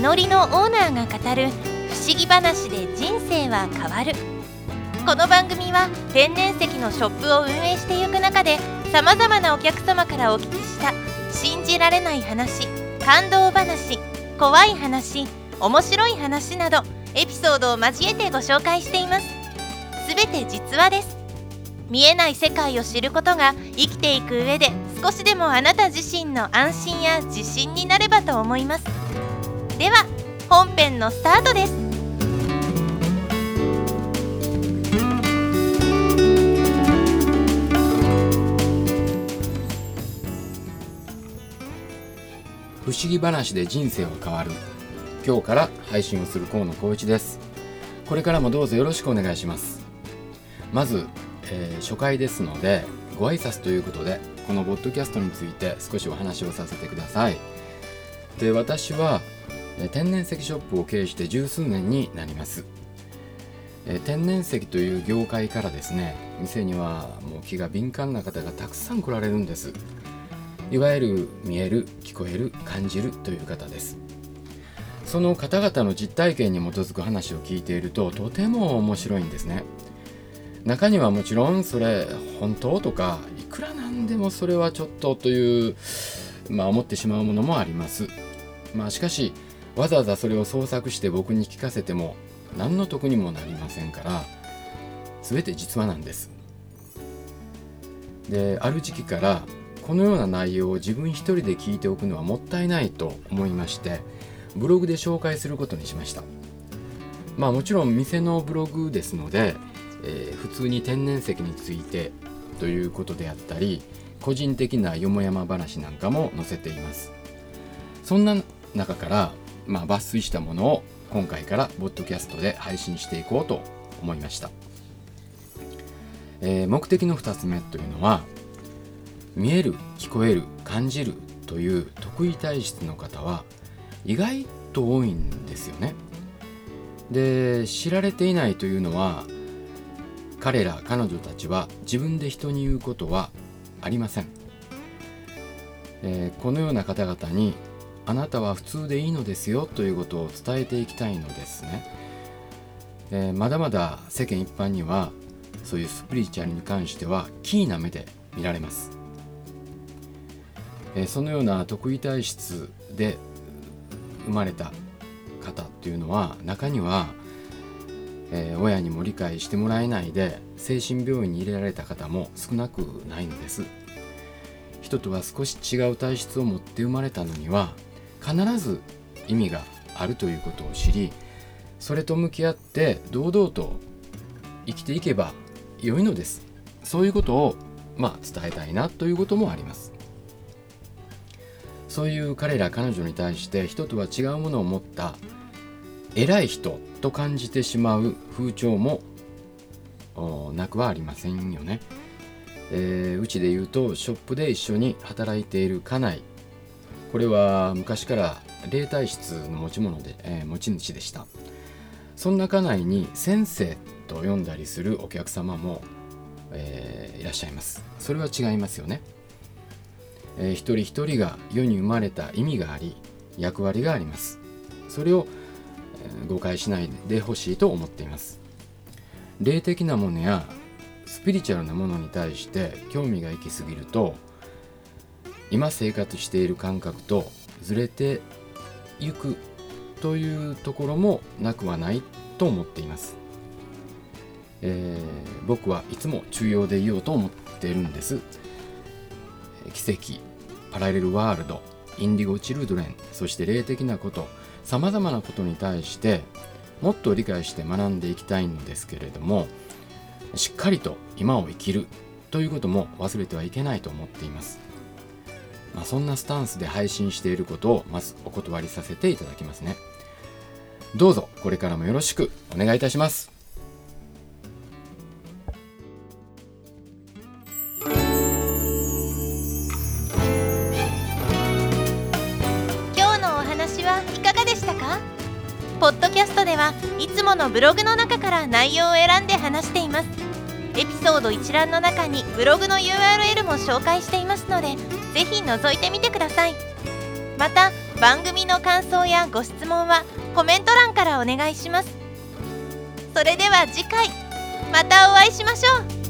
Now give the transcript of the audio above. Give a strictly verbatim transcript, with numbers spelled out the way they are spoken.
のりのオーナーが語る不思議話で人生は変わる。この番組は天然石のショップを運営していく中で、さまざまなお客様からお聞きした信じられない話、感動話、怖い話、面白い話などエピソードを交えてご紹介しています。すべて実話です。見えない世界を知ることが生きていく上で少しでもあなた自身の安心や自信になればと思います。では本編のスタートです。 不思議話で人生は変わる。今日から配信をする河野光一です。これからもどうぞよろしくお願いします。まず、えー、初回ですのでご挨拶ということで、このポッドキャストについて少しお話をさせてください。で、私は天然石ショップを経営して十数年になります。え天然石という業界からですね、店にはもう気が敏感な方がたくさん来られるんです。いわゆる見える、聞こえる、感じるという方です。その方々の実体験に基づく話を聞いていると、とても面白いんですね。中にはもちろんそれ本当とか、いくらなんでもそれはちょっとという、まあ、思ってしまうものもあります。まあ、しかしわざわざそれを創作して僕に聞かせても何の得にもなりませんから、全て実話なんです。で、ある時期からこのような内容を自分一人で聞いておくのはもったいないと思いまして、ブログで紹介することにしました。まあもちろん店のブログですので、えー、普通に天然石についてということであったり、個人的なよもやま話なんかも載せています。そんな中からまあ、抜粋したものを今回からポッドキャストで配信していこうと思いました。えー、目的のふたつめというのは、見える、聞こえる、感じるという特異体質の方は意外と多いんですよね。で、知られていないというのは、彼ら彼女たちは自分で人に言うことはありません。えー、このような方々にあなたは普通でいいのですよということを伝えていきたいのですね。えー、まだまだ世間一般にはそういうスピリチュアルに関してはキーな目で見られます。えー、そのような特異体質で生まれた方っていうのは、中には、えー、親にも理解してもらえないで精神病院に入れられた方も少なくないのです。人とは少し違う体質を持って生まれたのには必ず意味があるということを知り、それと向き合って堂々と生きていけば良いのです。そういうことをまあ伝えたいなということもあります。そういう彼ら彼女に対して人とは違うものを持った偉い人と感じてしまう風潮もなくはありませんよね。えー、うちで言うとショップで一緒に働いている家内、これは昔から霊体質の持ち物で、えー、持ち主でした。そんな家内に先生と呼んだりするお客様も、えー、いらっしゃいます。それは違いますよね。えー、一人一人が世に生まれた意味があり、役割があります。それを、えー、誤解しないでほしいと思っています。霊的なものやスピリチュアルなものに対して興味が行き過ぎると、今生活している感覚とずれていくというところもなくはないと思っています。えー、僕はいつも中庸でいようと思っているんです。奇跡、パラレルワールド、インディゴチルドレン、そして霊的なこと、さまざまなことに対してもっと理解して学んでいきたいのですけれども、しっかりと今を生きるということも忘れてはいけないと思っています。まあ、そんなスタンスで配信していることをまずお断りさせていただきますね。どうぞこれからもよろしくお願いいたします。 今日のお話はいかがでしたか？ポッドキャストではいつものブログの中から内容を選んで話しています。エピソード一覧の中にブログの ユーアールエル も紹介していますので、ぜひ覗いてみてください。また番組の感想やご質問はコメント欄からお願いします。それでは次回またお会いしましょう。